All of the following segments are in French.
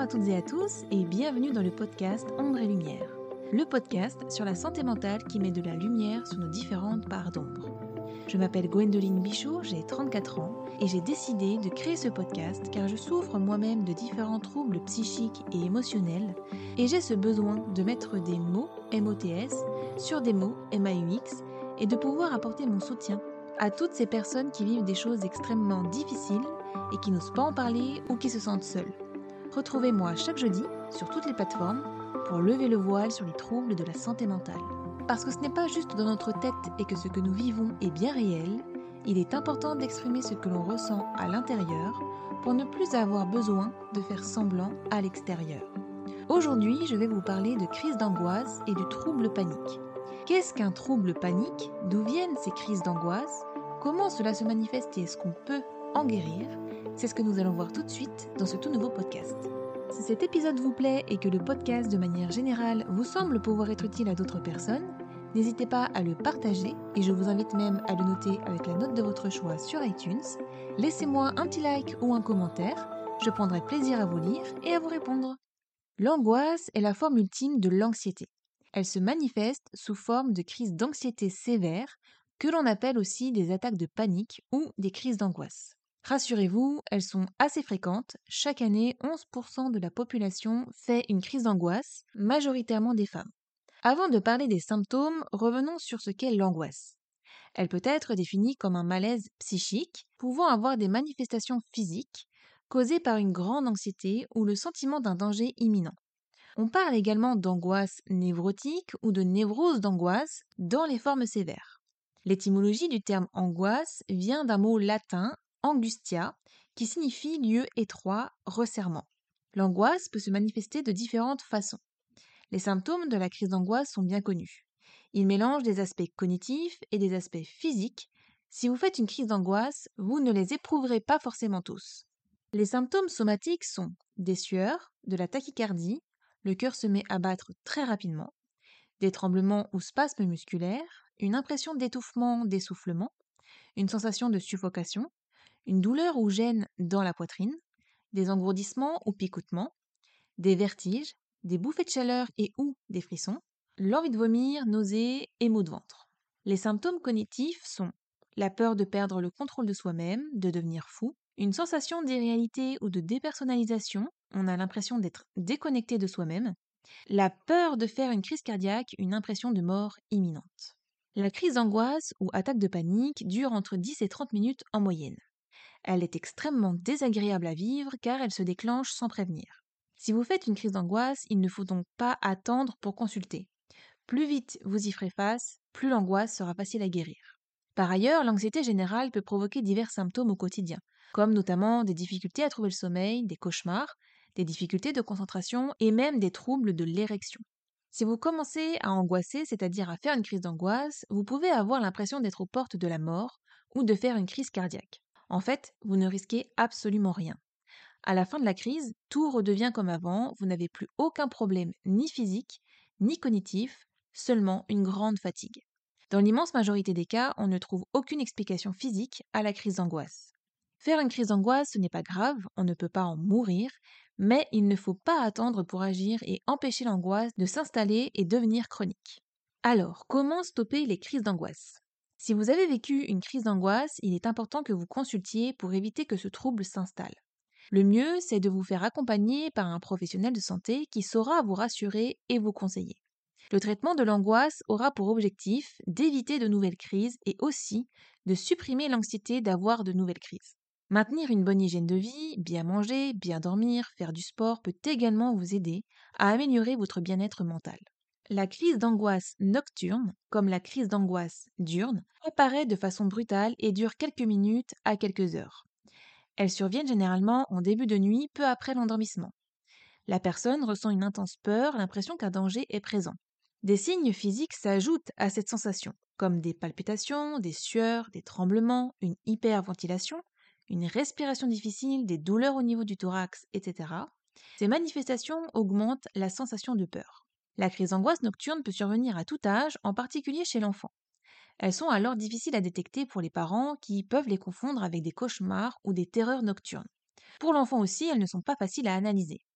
toutes et à tous et bienvenue dans le podcast Ombre et Lumière, le podcast sur la santé mentale qui met de la lumière sur nos différentes parts d'ombre. Je m'appelle Gwendoline Bichot, j'ai 34 ans et j'ai décidé de créer ce podcast car je souffre moi-même de différents troubles psychiques et émotionnels et j'ai ce besoin de mettre des mots MOTS sur des mots MAUX et de pouvoir apporter mon soutien à toutes ces personnes qui vivent des choses extrêmement difficiles et qui n'osent pas en parler ou qui se sentent seules. Retrouvez-moi chaque jeudi sur toutes les plateformes pour lever le voile sur les troubles de la santé mentale. Parce que ce n'est pas juste dans notre tête et que ce que nous vivons est bien réel, il est important d'exprimer ce que l'on ressent à l'intérieur pour ne plus avoir besoin de faire semblant à l'extérieur. Aujourd'hui, je vais vous parler de crise d'angoisse et du trouble panique. Qu'est-ce qu'un trouble panique? D'où viennent ces crises d'angoisse? Comment cela se manifeste et est-ce qu'on peut en guérir? C'est ce que nous allons voir tout de suite dans ce tout nouveau podcast. Si cet épisode vous plaît et que le podcast de manière générale vous semble pouvoir être utile à d'autres personnes, n'hésitez pas à le partager et je vous invite même à le noter avec la note de votre choix sur iTunes. Laissez-moi un petit like ou un commentaire, je prendrai plaisir à vous lire et à vous répondre. L'angoisse est la forme ultime de l'anxiété. Elle se manifeste sous forme de crises d'anxiété sévères que l'on appelle aussi des attaques de panique ou des crises d'angoisse. Rassurez-vous, elles sont assez fréquentes. Chaque année, 11% de la population fait une crise d'angoisse, majoritairement des femmes. Avant de parler des symptômes, revenons sur ce qu'est l'angoisse. Elle peut être définie comme un malaise psychique, pouvant avoir des manifestations physiques, causées par une grande anxiété ou le sentiment d'un danger imminent. On parle également d'angoisse névrotique ou de névrose d'angoisse dans les formes sévères. L'étymologie du terme angoisse vient d'un mot latin angustia, qui signifie lieu étroit, resserrement. L'angoisse peut se manifester de différentes façons. Les symptômes de la crise d'angoisse sont bien connus. Ils mélangent des aspects cognitifs et des aspects physiques. Si vous faites une crise d'angoisse, vous ne les éprouverez pas forcément tous. Les symptômes somatiques sont des sueurs, de la tachycardie, le cœur se met à battre très rapidement, des tremblements ou spasmes musculaires, une impression d'étouffement, d'essoufflement, une sensation de suffocation, une douleur ou gêne dans la poitrine, des engourdissements ou picotements, des vertiges, des bouffées de chaleur et ou des frissons, l'envie de vomir, nausées et maux de ventre. Les symptômes cognitifs sont la peur de perdre le contrôle de soi-même, de devenir fou, une sensation d'irréalité ou de dépersonnalisation, on a l'impression d'être déconnecté de soi-même, la peur de faire une crise cardiaque, une impression de mort imminente. La crise d'angoisse ou attaque de panique dure entre 10 et 30 minutes en moyenne. Elle est extrêmement désagréable à vivre car elle se déclenche sans prévenir. Si vous faites une crise d'angoisse, il ne faut donc pas attendre pour consulter. Plus vite vous y ferez face, plus l'angoisse sera facile à guérir. Par ailleurs, l'anxiété générale peut provoquer divers symptômes au quotidien, comme notamment des difficultés à trouver le sommeil, des cauchemars, des difficultés de concentration et même des troubles de l'érection. Si vous commencez à angoisser, c'est-à-dire à faire une crise d'angoisse, vous pouvez avoir l'impression d'être aux portes de la mort ou de faire une crise cardiaque. En fait, vous ne risquez absolument rien. À la fin de la crise, tout redevient comme avant, vous n'avez plus aucun problème ni physique, ni cognitif, seulement une grande fatigue. Dans l'immense majorité des cas, on ne trouve aucune explication physique à la crise d'angoisse. Faire une crise d'angoisse, ce n'est pas grave, on ne peut pas en mourir, mais il ne faut pas attendre pour agir et empêcher l'angoisse de s'installer et devenir chronique. Alors, comment stopper les crises d'angoisse? Si vous avez vécu une crise d'angoisse, il est important que vous consultiez pour éviter que ce trouble s'installe. Le mieux, c'est de vous faire accompagner par un professionnel de santé qui saura vous rassurer et vous conseiller. Le traitement de l'angoisse aura pour objectif d'éviter de nouvelles crises et aussi de supprimer l'anxiété d'avoir de nouvelles crises. Maintenir une bonne hygiène de vie, bien manger, bien dormir, faire du sport peut également vous aider à améliorer votre bien-être mental. La crise d'angoisse nocturne, comme la crise d'angoisse diurne, apparaît de façon brutale et dure quelques minutes à quelques heures. Elles surviennent généralement en début de nuit, peu après l'endormissement. La personne ressent une intense peur, l'impression qu'un danger est présent. Des signes physiques s'ajoutent à cette sensation, comme des palpitations, des sueurs, des tremblements, une hyperventilation, une respiration difficile, des douleurs au niveau du thorax, etc. Ces manifestations augmentent la sensation de peur. La crise d'angoisse nocturne peut survenir à tout âge, en particulier chez l'enfant. Elles sont alors difficiles à détecter pour les parents qui peuvent les confondre avec des cauchemars ou des terreurs nocturnes. Pour l'enfant aussi, elles ne sont pas faciles à analyser.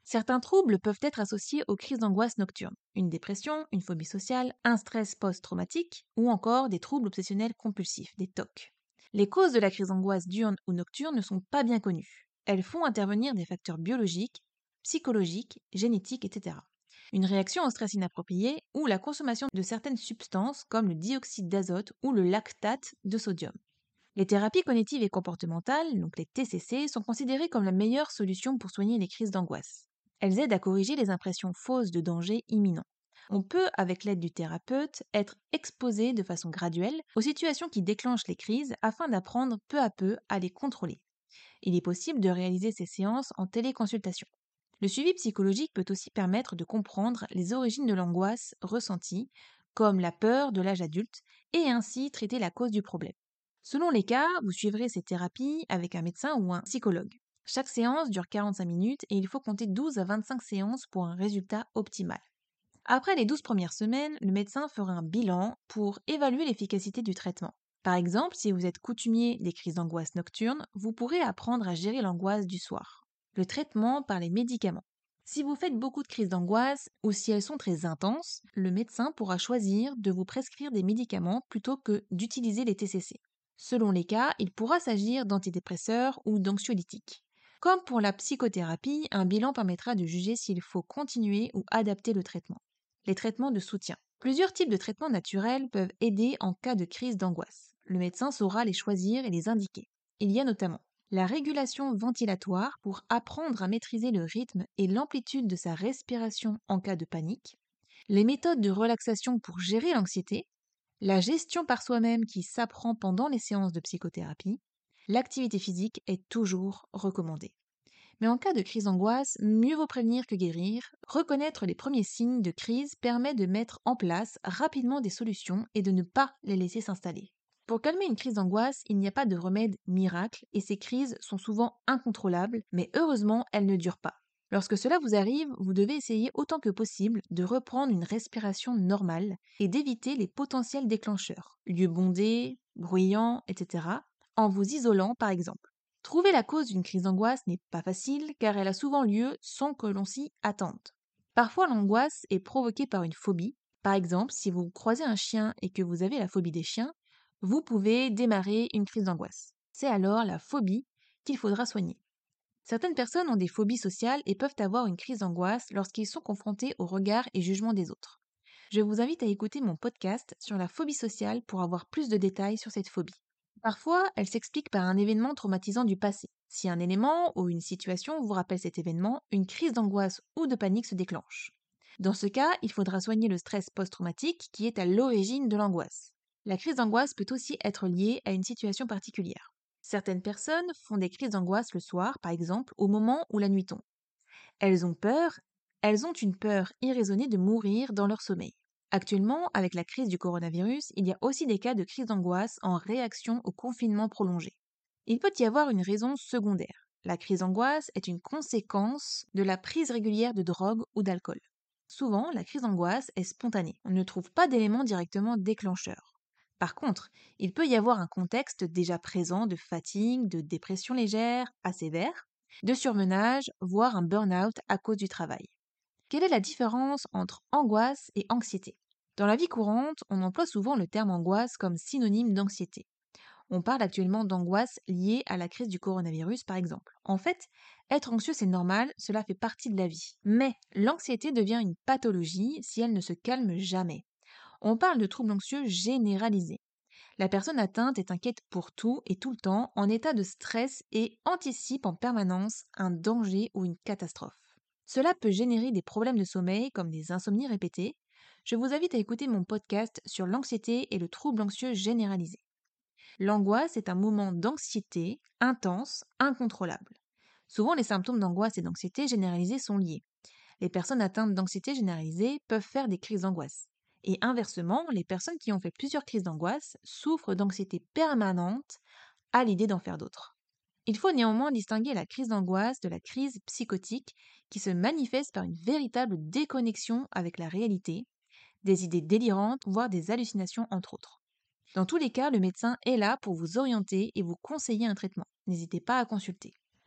Certains troubles peuvent être associés aux crises d'angoisse nocturne, une dépression, une phobie sociale, un stress post-traumatique ou encore des troubles obsessionnels compulsifs, des TOC. Les causes de la crise d'angoisse diurne ou nocturne ne sont pas bien connues. Elles font intervenir des facteurs biologiques, psychologiques, génétiques, etc. Une réaction au stress inapproprié ou la consommation de certaines substances comme le dioxyde d'azote ou le lactate de sodium. Les thérapies cognitives et comportementales, donc les TCC, sont considérées comme la meilleure solution pour soigner les crises d'angoisse. Elles aident à corriger les impressions fausses de danger imminent. On peut, avec l'aide du thérapeute, être exposé de façon graduelle aux situations qui déclenchent les crises afin d'apprendre peu à peu à les contrôler. Il est possible de réaliser ces séances en téléconsultation. Le suivi psychologique peut aussi permettre de comprendre les origines de l'angoisse ressentie, comme la peur de l'âge adulte, et ainsi traiter la cause du problème. Selon les cas, vous suivrez ces thérapies avec un médecin ou un psychologue. Chaque séance dure 45 minutes et il faut compter 12 à 25 séances pour un résultat optimal. Après les 12 premières semaines, le médecin fera un bilan pour évaluer l'efficacité du traitement. Par exemple, si vous êtes coutumier des crises d'angoisse nocturne, vous pourrez apprendre à gérer l'angoisse du soir. Le traitement par les médicaments. Si vous faites beaucoup de crises d'angoisse ou si elles sont très intenses, le médecin pourra choisir de vous prescrire des médicaments plutôt que d'utiliser les TCC. Selon les cas, il pourra s'agir d'antidépresseurs ou d'anxiolytiques. Comme pour la psychothérapie, un bilan permettra de juger s'il faut continuer ou adapter le traitement. Les traitements de soutien. Plusieurs types de traitements naturels peuvent aider en cas de crise d'angoisse. Le médecin saura les choisir et les indiquer. Il y a notamment la régulation ventilatoire pour apprendre à maîtriser le rythme et l'amplitude de sa respiration en cas de panique, les méthodes de relaxation pour gérer l'anxiété, la gestion par soi-même qui s'apprend pendant les séances de psychothérapie, l'activité physique est toujours recommandée. Mais en cas de crise d'angoisse, mieux vaut prévenir que guérir. Reconnaître les premiers signes de crise permet de mettre en place rapidement des solutions et de ne pas les laisser s'installer. Pour calmer une crise d'angoisse, il n'y a pas de remède miracle et ces crises sont souvent incontrôlables, mais heureusement, elles ne durent pas. Lorsque cela vous arrive, vous devez essayer autant que possible de reprendre une respiration normale et d'éviter les potentiels déclencheurs, lieux bondés, bruyants, etc., en vous isolant par exemple. Trouver la cause d'une crise d'angoisse n'est pas facile car elle a souvent lieu sans que l'on s'y attende. Parfois l'angoisse est provoquée par une phobie. Par exemple, si vous croisez un chien et que vous avez la phobie des chiens, vous pouvez démarrer une crise d'angoisse. C'est alors la phobie qu'il faudra soigner. Certaines personnes ont des phobies sociales et peuvent avoir une crise d'angoisse lorsqu'ils sont confrontés au regard et jugement des autres. Je vous invite à écouter mon podcast sur la phobie sociale pour avoir plus de détails sur cette phobie. Parfois, elle s'explique par un événement traumatisant du passé. Si un élément ou une situation vous rappelle cet événement, une crise d'angoisse ou de panique se déclenche. Dans ce cas, il faudra soigner le stress post-traumatique qui est à l'origine de l'angoisse. La crise d'angoisse peut aussi être liée à une situation particulière. Certaines personnes font des crises d'angoisse le soir, par exemple, au moment où la nuit tombe. Elles ont peur, elles ont une peur irraisonnée de mourir dans leur sommeil. Actuellement, avec la crise du coronavirus, il y a aussi des cas de crise d'angoisse en réaction au confinement prolongé. Il peut y avoir une raison secondaire. La crise d'angoisse est une conséquence de la prise régulière de drogue ou d'alcool. Souvent, la crise d'angoisse est spontanée. On ne trouve pas d'éléments directement déclencheurs. Par contre, il peut y avoir un contexte déjà présent de fatigue, de dépression légère à sévère, de surmenage, voire un burn-out à cause du travail. Quelle est la différence entre angoisse et anxiété? Dans la vie courante, on emploie souvent le terme angoisse comme synonyme d'anxiété. On parle actuellement d'angoisse liée à la crise du coronavirus, par exemple. En fait, être anxieux, c'est normal, cela fait partie de la vie. Mais l'anxiété devient une pathologie si elle ne se calme jamais. On parle de troubles anxieux généralisés. La personne atteinte est inquiète pour tout et tout le temps, en état de stress et anticipe en permanence un danger ou une catastrophe. Cela peut générer des problèmes de sommeil comme des insomnies répétées. Je vous invite à écouter mon podcast sur l'anxiété et le trouble anxieux généralisé. L'angoisse est un moment d'anxiété intense, incontrôlable. Souvent, les symptômes d'angoisse et d'anxiété généralisée sont liés. Les personnes atteintes d'anxiété généralisée peuvent faire des crises d'angoisse. Et inversement, les personnes qui ont fait plusieurs crises d'angoisse souffrent d'anxiété permanente à l'idée d'en faire d'autres. Il faut néanmoins distinguer la crise d'angoisse de la crise psychotique qui se manifeste par une véritable déconnexion avec la réalité, des idées délirantes, voire des hallucinations entre autres. Dans tous les cas, le médecin est là pour vous orienter et vous conseiller un traitement. N'hésitez pas à consulter.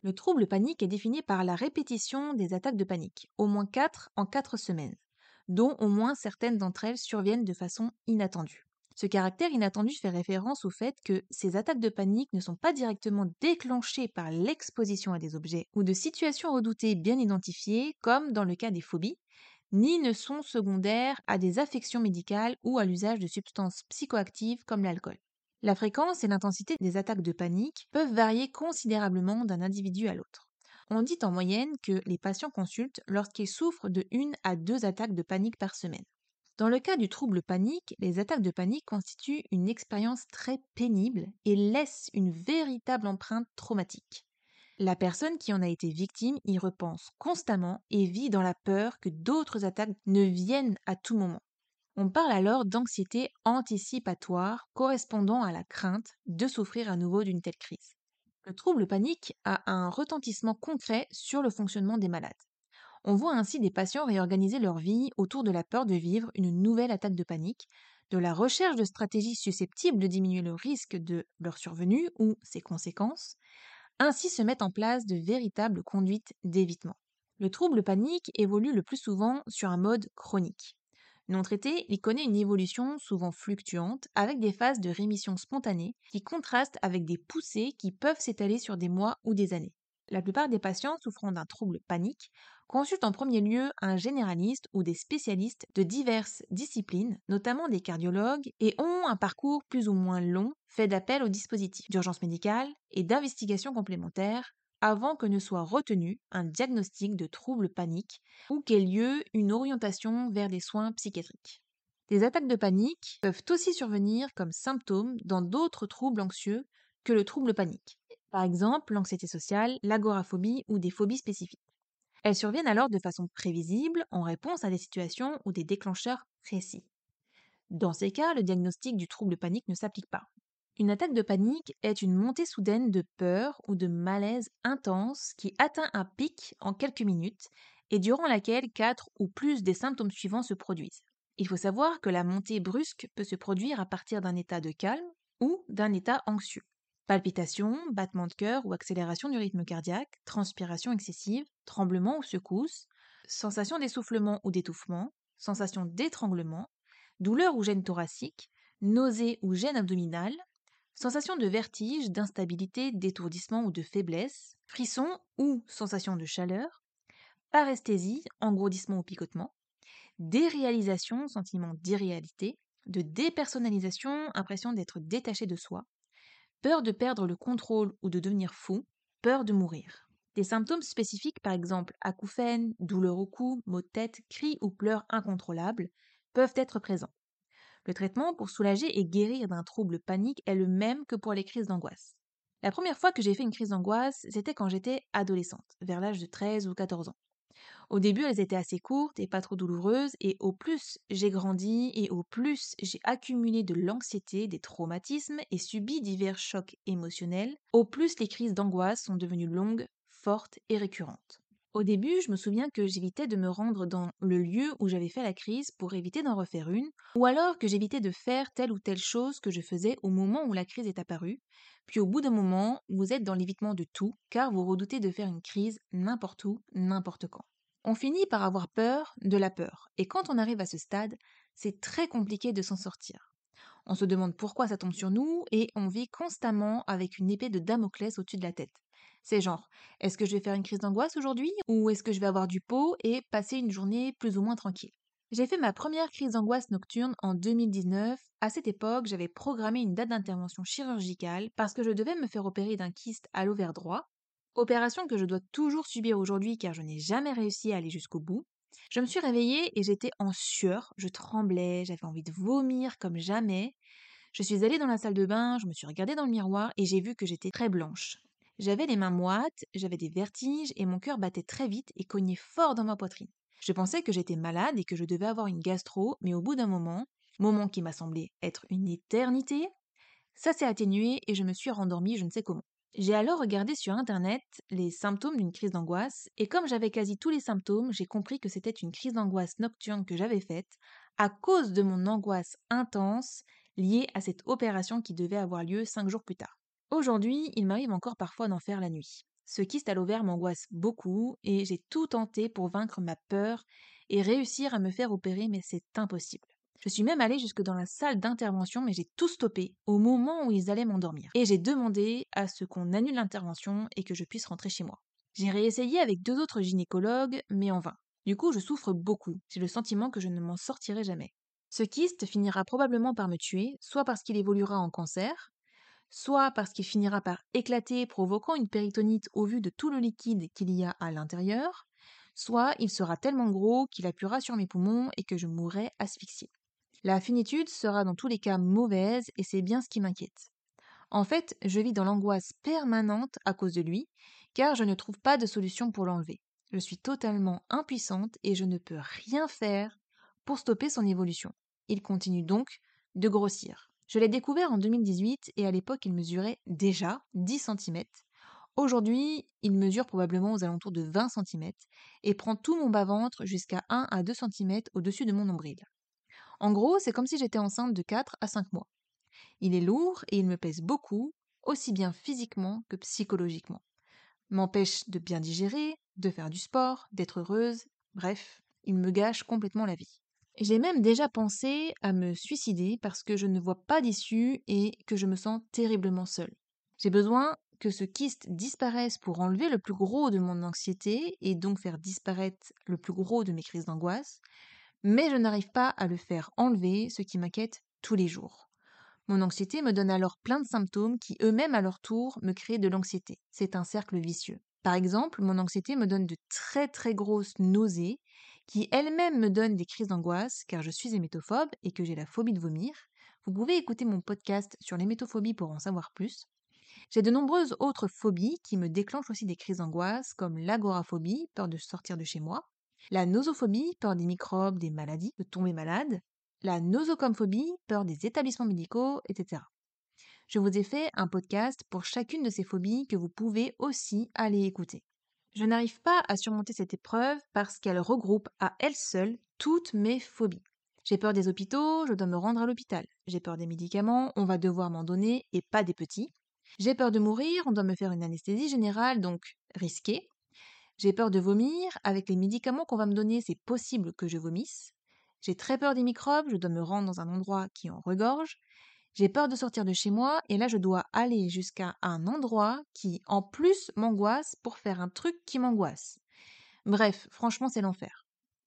Le trouble panique est défini par la répétition des attaques de panique, au moins 4 en 4 semaines, dont au moins certaines d'entre elles surviennent de façon inattendue. Ce caractère inattendu fait référence au fait que ces attaques de panique ne sont pas directement déclenchées par l'exposition à des objets ou de situations redoutées bien identifiées, comme dans le cas des phobies, ni ne sont secondaires à des affections médicales ou à l'usage de substances psychoactives comme l'alcool. La fréquence et l'intensité des attaques de panique peuvent varier considérablement d'un individu à l'autre. On dit en moyenne que les patients consultent lorsqu'ils souffrent de 1 à 2 attaques de panique par semaine. Dans le cas du trouble panique, les attaques de panique constituent une expérience très pénible et laissent une véritable empreinte traumatique. La personne qui en a été victime y repense constamment et vit dans la peur que d'autres attaques ne viennent à tout moment. On parle alors d'anxiété anticipatoire correspondant à la crainte de souffrir à nouveau d'une telle crise. Le trouble panique a un retentissement concret sur le fonctionnement des malades. On voit ainsi des patients réorganiser leur vie autour de la peur de vivre une nouvelle attaque de panique, de la recherche de stratégies susceptibles de diminuer le risque de leur survenue ou ses conséquences. Ainsi se mettent en place de véritables conduites d'évitement. Le trouble panique évolue le plus souvent sur un mode chronique. Non traité, il connaît une évolution souvent fluctuante avec des phases de rémission spontanée qui contrastent avec des poussées qui peuvent s'étaler sur des mois ou des années. La plupart des patients souffrant d'un trouble panique consultent en premier lieu un généraliste ou des spécialistes de diverses disciplines, notamment des cardiologues, et ont un parcours plus ou moins long fait d'appel aux dispositifs d'urgence médicale et d'investigations complémentaires avant que ne soit retenu un diagnostic de trouble panique ou qu'ait lieu une orientation vers des soins psychiatriques. Des attaques de panique peuvent aussi survenir comme symptômes dans d'autres troubles anxieux que le trouble panique. Par exemple, l'anxiété sociale, l'agoraphobie ou des phobies spécifiques. Elles surviennent alors de façon prévisible en réponse à des situations ou des déclencheurs précis. Dans ces cas, le diagnostic du trouble panique ne s'applique pas. Une attaque de panique est une montée soudaine de peur ou de malaise intense qui atteint un pic en quelques minutes et durant laquelle 4 ou plus des symptômes suivants se produisent. Il faut savoir que la montée brusque peut se produire à partir d'un état de calme ou d'un état anxieux. Palpitations, battements de cœur ou accélération du rythme cardiaque, transpiration excessive, tremblements ou secousses, sensation d'essoufflement ou d'étouffement, sensation d'étranglement, douleur ou gêne thoracique, nausée ou gêne abdominale, sensation de vertige, d'instabilité, d'étourdissement ou de faiblesse, frissons ou sensation de chaleur, paresthésie, engourdissement ou picotement, déréalisation, sentiment d'irréalité, de dépersonnalisation, impression d'être détaché de soi, peur de perdre le contrôle ou de devenir fou, peur de mourir. Des symptômes spécifiques, par exemple acouphènes, douleur au cou, maux de tête, cris ou pleurs incontrôlables, peuvent être présents. Le traitement pour soulager et guérir d'un trouble panique est le même que pour les crises d'angoisse. La première fois que j'ai fait une crise d'angoisse, c'était quand j'étais adolescente, vers l'âge de 13 ou 14 ans. Au début, elles étaient assez courtes et pas trop douloureuses, et au plus j'ai grandi et au plus j'ai accumulé de l'anxiété, des traumatismes et subi divers chocs émotionnels, au plus les crises d'angoisse sont devenues longues, fortes et récurrentes. Au début, je me souviens que j'évitais de me rendre dans le lieu où j'avais fait la crise pour éviter d'en refaire une, ou alors que j'évitais de faire telle ou telle chose que je faisais au moment où la crise est apparue, puis au bout d'un moment, vous êtes dans l'évitement de tout, car vous redoutez de faire une crise n'importe où, n'importe quand. On finit par avoir peur de la peur, et quand on arrive à ce stade, c'est très compliqué de s'en sortir. On se demande pourquoi ça tombe sur nous, et on vit constamment avec une épée de Damoclès au-dessus de la tête. C'est genre, est-ce que je vais faire une crise d'angoisse aujourd'hui, ou est-ce que je vais avoir du pot et passer une journée plus ou moins tranquille? J'ai fait ma première crise d'angoisse nocturne en 2019. À cette époque, j'avais programmé une date d'intervention chirurgicale parce que je devais me faire opérer d'un kyste à l'ovaire droit, opération que je dois toujours subir aujourd'hui car je n'ai jamais réussi à aller jusqu'au bout. Je me suis réveillée et j'étais en sueur, je tremblais, j'avais envie de vomir comme jamais. Je suis allée dans la salle de bain, je me suis regardée dans le miroir et j'ai vu que j'étais très blanche. J'avais les mains moites, j'avais des vertiges et mon cœur battait très vite et cognait fort dans ma poitrine. Je pensais que j'étais malade et que je devais avoir une gastro, mais au bout d'un moment qui m'a semblé être une éternité, ça s'est atténué et je me suis rendormie je ne sais comment. J'ai alors regardé sur internet les symptômes d'une crise d'angoisse et comme j'avais quasi tous les symptômes, j'ai compris que c'était une crise d'angoisse nocturne que j'avais faite à cause de mon angoisse intense liée à cette opération qui devait avoir lieu 5 jours plus tard. Aujourd'hui, il m'arrive encore parfois d'en faire la nuit. Ce kyste à l'ovaire m'angoisse beaucoup et j'ai tout tenté pour vaincre ma peur et réussir à me faire opérer, mais c'est impossible. Je suis même allée jusque dans la salle d'intervention, mais j'ai tout stoppé au moment où ils allaient m'endormir. Et j'ai demandé à ce qu'on annule l'intervention et que je puisse rentrer chez moi. J'ai réessayé avec 2 autres gynécologues, mais en vain. Du coup, je souffre beaucoup. J'ai le sentiment que je ne m'en sortirai jamais. Ce kyste finira probablement par me tuer, soit parce qu'il évoluera en cancer, soit parce qu'il finira par éclater, provoquant une péritonite au vu de tout le liquide qu'il y a à l'intérieur, soit il sera tellement gros qu'il appuiera sur mes poumons et que je mourrai asphyxiée. La finitude sera dans tous les cas mauvaise et c'est bien ce qui m'inquiète. En fait, je vis dans l'angoisse permanente à cause de lui, car je ne trouve pas de solution pour l'enlever. Je suis totalement impuissante et je ne peux rien faire pour stopper son évolution. Il continue donc de grossir. Je l'ai découvert en 2018 et à l'époque il mesurait déjà 10 cm. Aujourd'hui, il mesure probablement aux alentours de 20 cm et prend tout mon bas-ventre jusqu'à 1 à 2 cm au-dessus de mon nombril. En gros, c'est comme si j'étais enceinte de 4 à 5 mois. Il est lourd et il me pèse beaucoup, aussi bien physiquement que psychologiquement. M'empêche de bien digérer, de faire du sport, d'être heureuse, bref, il me gâche complètement la vie. J'ai même déjà pensé à me suicider parce que je ne vois pas d'issue et que je me sens terriblement seule. J'ai besoin que ce kyste disparaisse pour enlever le plus gros de mon anxiété et donc faire disparaître le plus gros de mes crises d'angoisse, mais je n'arrive pas à le faire enlever, ce qui m'inquiète tous les jours. Mon anxiété me donne alors plein de symptômes qui eux-mêmes à leur tour me créent de l'anxiété. C'est un cercle vicieux. Par exemple, mon anxiété me donne de très très grosses nausées qui elles-mêmes me donnent des crises d'angoisse car je suis hémétophobe et que j'ai la phobie de vomir. Vous pouvez écouter mon podcast sur l'hémétophobie pour en savoir plus. J'ai de nombreuses autres phobies qui me déclenchent aussi des crises d'angoisse comme l'agoraphobie, peur de sortir de chez moi, la nosophobie, peur des microbes, des maladies, de tomber malade, la nosocomophobie, peur des établissements médicaux, etc. Je vous ai fait un podcast pour chacune de ces phobies que vous pouvez aussi aller écouter. Je n'arrive pas à surmonter cette épreuve parce qu'elle regroupe à elle seule toutes mes phobies. J'ai peur des hôpitaux, je dois me rendre à l'hôpital. J'ai peur des médicaments, on va devoir m'en donner et pas des petits. J'ai peur de mourir, on doit me faire une anesthésie générale, donc risqué. J'ai peur de vomir, avec les médicaments qu'on va me donner, c'est possible que je vomisse. J'ai très peur des microbes, je dois me rendre dans un endroit qui en regorge. J'ai peur de sortir de chez moi, et là je dois aller jusqu'à un endroit qui, en plus, m'angoisse pour faire un truc qui m'angoisse. Bref, franchement, c'est l'enfer.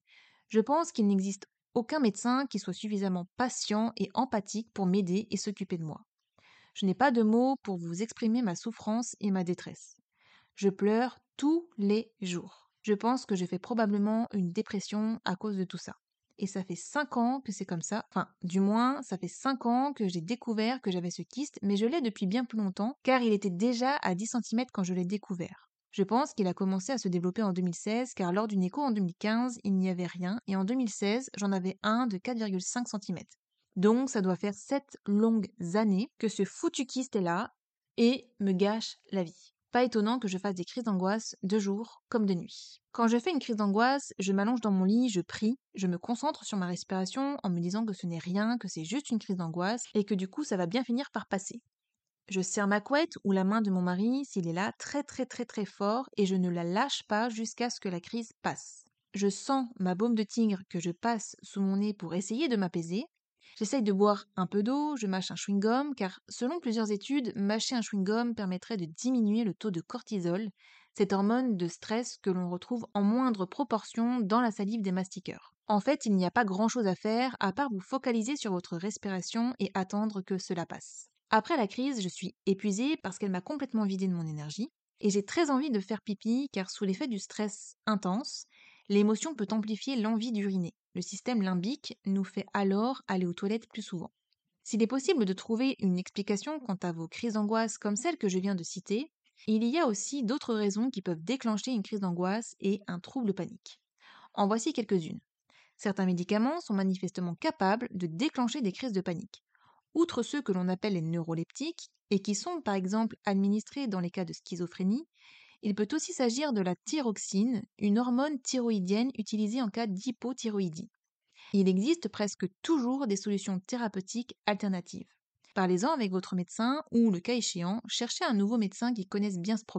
Je pense qu'il n'existe aucun médecin qui soit suffisamment patient et empathique pour m'aider et s'occuper de moi. Je n'ai pas de mots pour vous exprimer ma souffrance et ma détresse. Je pleure tous les jours. Je pense que je fais probablement une dépression à cause de tout ça. Et ça fait 5 ans que c'est comme ça. Enfin, du moins, ça fait 5 ans que j'ai découvert que j'avais ce kyste, mais je l'ai depuis bien plus longtemps, car il était déjà à 10 cm quand je l'ai découvert. Je pense qu'il a commencé à se développer en 2016, car lors d'une écho en 2015, il n'y avait rien, et en 2016, j'en avais un de 4,5 cm. Donc, ça doit faire 7 longues années que ce foutu kyste est là, et me gâche la vie. Pas étonnant que je fasse des crises d'angoisse de jour comme de nuit. Quand je fais une crise d'angoisse, je m'allonge dans mon lit, je prie, je me concentre sur ma respiration en me disant que ce n'est rien, que c'est juste une crise d'angoisse et que du coup ça va bien finir par passer. Je serre ma couette ou la main de mon mari s'il est là très très très très fort et je ne la lâche pas jusqu'à ce que la crise passe. Je sens ma baume de tigre que je passe sous mon nez pour essayer de m'apaiser. J'essaye de boire un peu d'eau, je mâche un chewing-gum, car selon plusieurs études, mâcher un chewing-gum permettrait de diminuer le taux de cortisol, cette hormone de stress que l'on retrouve en moindre proportion dans la salive des mastiqueurs. En fait, il n'y a pas grand-chose à faire à part vous focaliser sur votre respiration et attendre que cela passe. Après la crise, je suis épuisée parce qu'elle m'a complètement vidé de mon énergie, et j'ai très envie de faire pipi car sous l'effet du stress intense, l'émotion peut amplifier l'envie d'uriner. Le système limbique nous fait alors aller aux toilettes plus souvent. S'il est possible de trouver une explication quant à vos crises d'angoisse comme celle que je viens de citer, il y a aussi d'autres raisons qui peuvent déclencher une crise d'angoisse et un trouble panique. En voici quelques-unes. Certains médicaments sont manifestement capables de déclencher des crises de panique. Outre ceux que l'on appelle les neuroleptiques, et qui sont par exemple administrés dans les cas de schizophrénie, il peut aussi s'agir de la thyroxine, une hormone thyroïdienne utilisée en cas d'hypothyroïdie. Il existe presque toujours des solutions thérapeutiques alternatives. Parlez-en avec votre médecin ou, le cas échéant, cherchez un nouveau médecin qui connaisse bien ce problème.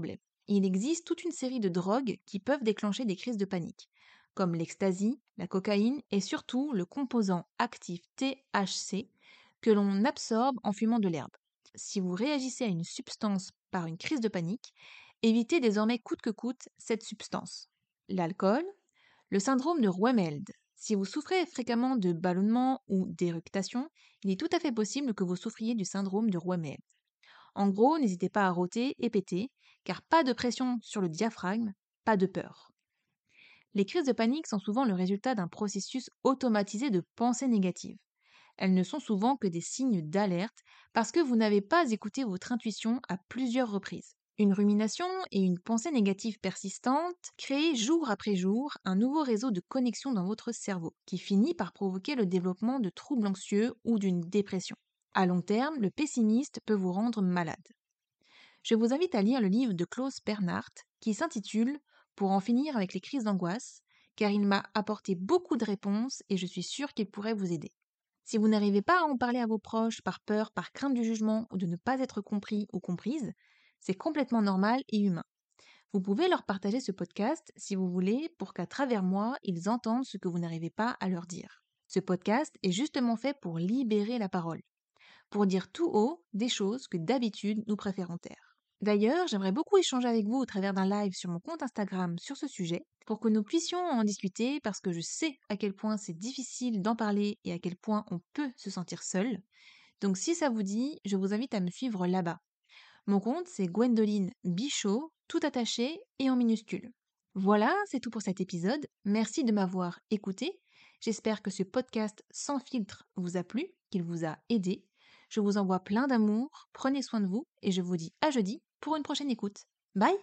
il existe toute une série de drogues qui peuvent déclencher des crises de panique, comme l'ecstasy, la cocaïne et surtout le composant actif THC que l'on absorbe en fumant de l'herbe. Si vous réagissez à une substance par une crise de panique, évitez désormais coûte que coûte cette substance. L'alcool, le syndrome de Wemeld. Si vous souffrez fréquemment de ballonnement ou d'éructation, il est tout à fait possible que vous souffriez du syndrome de Wemeld. En gros, n'hésitez pas à rôter et péter, car pas de pression sur le diaphragme, pas de peur. Les crises de panique sont souvent le résultat d'un processus automatisé de pensée négative. Elles ne sont souvent que des signes d'alerte parce que vous n'avez pas écouté votre intuition à plusieurs reprises. Une rumination et une pensée négative persistante créent jour après jour un nouveau réseau de connexion dans votre cerveau qui finit par provoquer le développement de troubles anxieux ou d'une dépression. À long terme, le pessimiste peut vous rendre malade. Je vous invite à lire le livre de Klaus Bernhardt qui s'intitule Pour en finir avec les crises d'angoisse, car il m'a apporté beaucoup de réponses et je suis sûre qu'il pourrait vous aider. Si vous n'arrivez pas à en parler à vos proches par peur, par crainte du jugement ou de ne pas être compris ou comprise, c'est complètement normal et humain. Vous pouvez leur partager ce podcast si vous voulez pour qu'à travers moi, ils entendent ce que vous n'arrivez pas à leur dire. Ce podcast est justement fait pour libérer la parole, pour dire tout haut des choses que d'habitude nous préférons taire. D'ailleurs, j'aimerais beaucoup échanger avec vous au travers d'un live sur mon compte Instagram sur ce sujet pour que nous puissions en discuter parce que je sais à quel point c'est difficile d'en parler et à quel point on peut se sentir seul. Donc si ça vous dit, je vous invite à me suivre là-bas. Mon compte c'est Gwendoline Bichot, tout attaché et en minuscule. Voilà, c'est tout pour cet épisode. Merci de m'avoir écouté. J'espère que ce podcast sans filtre vous a plu, qu'il vous a aidé. Je vous envoie plein d'amour, prenez soin de vous et je vous dis à jeudi pour une prochaine écoute. Bye!